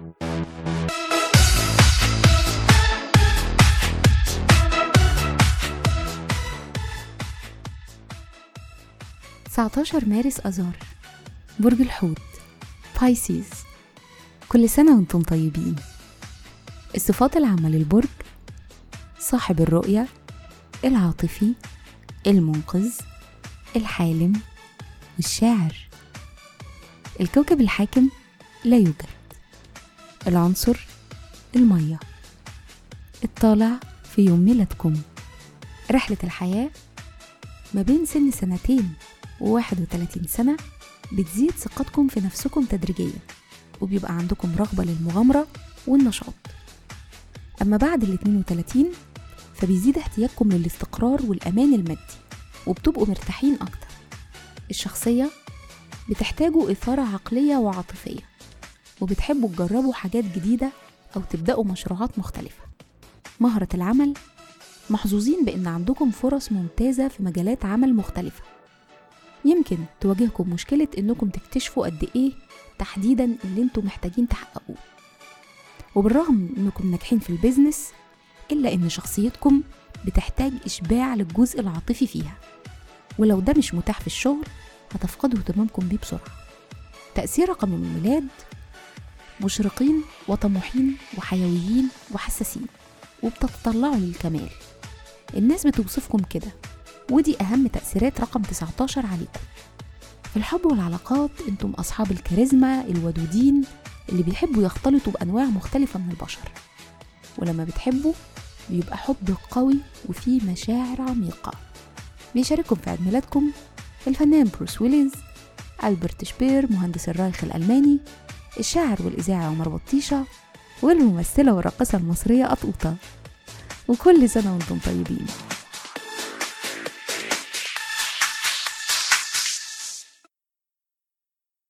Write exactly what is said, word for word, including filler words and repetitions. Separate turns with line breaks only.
تسعتاشر مارس أذار، برج الحوت، بايسيز. كل سنة وانتم طيبين. الصفات العامة للبرج: صاحب الرؤية، العاطفي، المنقذ، الحالم، والشاعر. الكوكب الحاكم لا يوجد. العنصر المية. الطالع في يوم ميلادكم. رحلة الحياة ما بين سن سنتين وواحد وثلاثين سنة بتزيد ثقتكم في نفسكم تدريجيا، وبيبقى عندكم رغبة للمغامرة والنشاط. أما بعد ال اثنين وثلاثين فبيزيد احتياجكم للاستقرار والأمان المادي، وبتبقوا مرتاحين أكتر. الشخصية بتحتاجوا إثارة عقلية وعاطفية، وبتحبوا تجربوا حاجات جديدة أو تبدأوا مشروعات مختلفة. مهرة العمل: محظوظين بأن عندكم فرص ممتازة في مجالات عمل مختلفة. يمكن تواجهكم مشكلة أنكم تكتشفوا قد إيه تحديداً اللي انتم محتاجين تحققوه. وبالرغم أنكم ناجحين في البيزنس، إلا أن شخصيتكم بتحتاج إشباع للجزء العاطفي فيها، ولو ده مش متاح في الشغل هتفقدوا اهتمامكم بيه بسرعة. تأثير رقم الميلاد: مشرقين وطموحين وحيويين وحساسين، وبتتطلعوا للكمال. الناس بتوصفكم كده، ودي أهم تأثيرات رقم تسعتاشر عليكم. في الحب والعلاقات انتم أصحاب الكاريزما، الودودين اللي بيحبوا يختلطوا بأنواع مختلفة من البشر، ولما بتحبوا بيبقى حب قوي وفيه مشاعر عميقة. بيشارككم في عيد ميلادكم الفنان بروس ويليز، ألبرت شبير مهندس الرايخ الألماني، الشاعر والإذاعي عمر بطيشة، والممثلة والراقصة المصرية قطوطة. وكل سنة وانتم طيبين.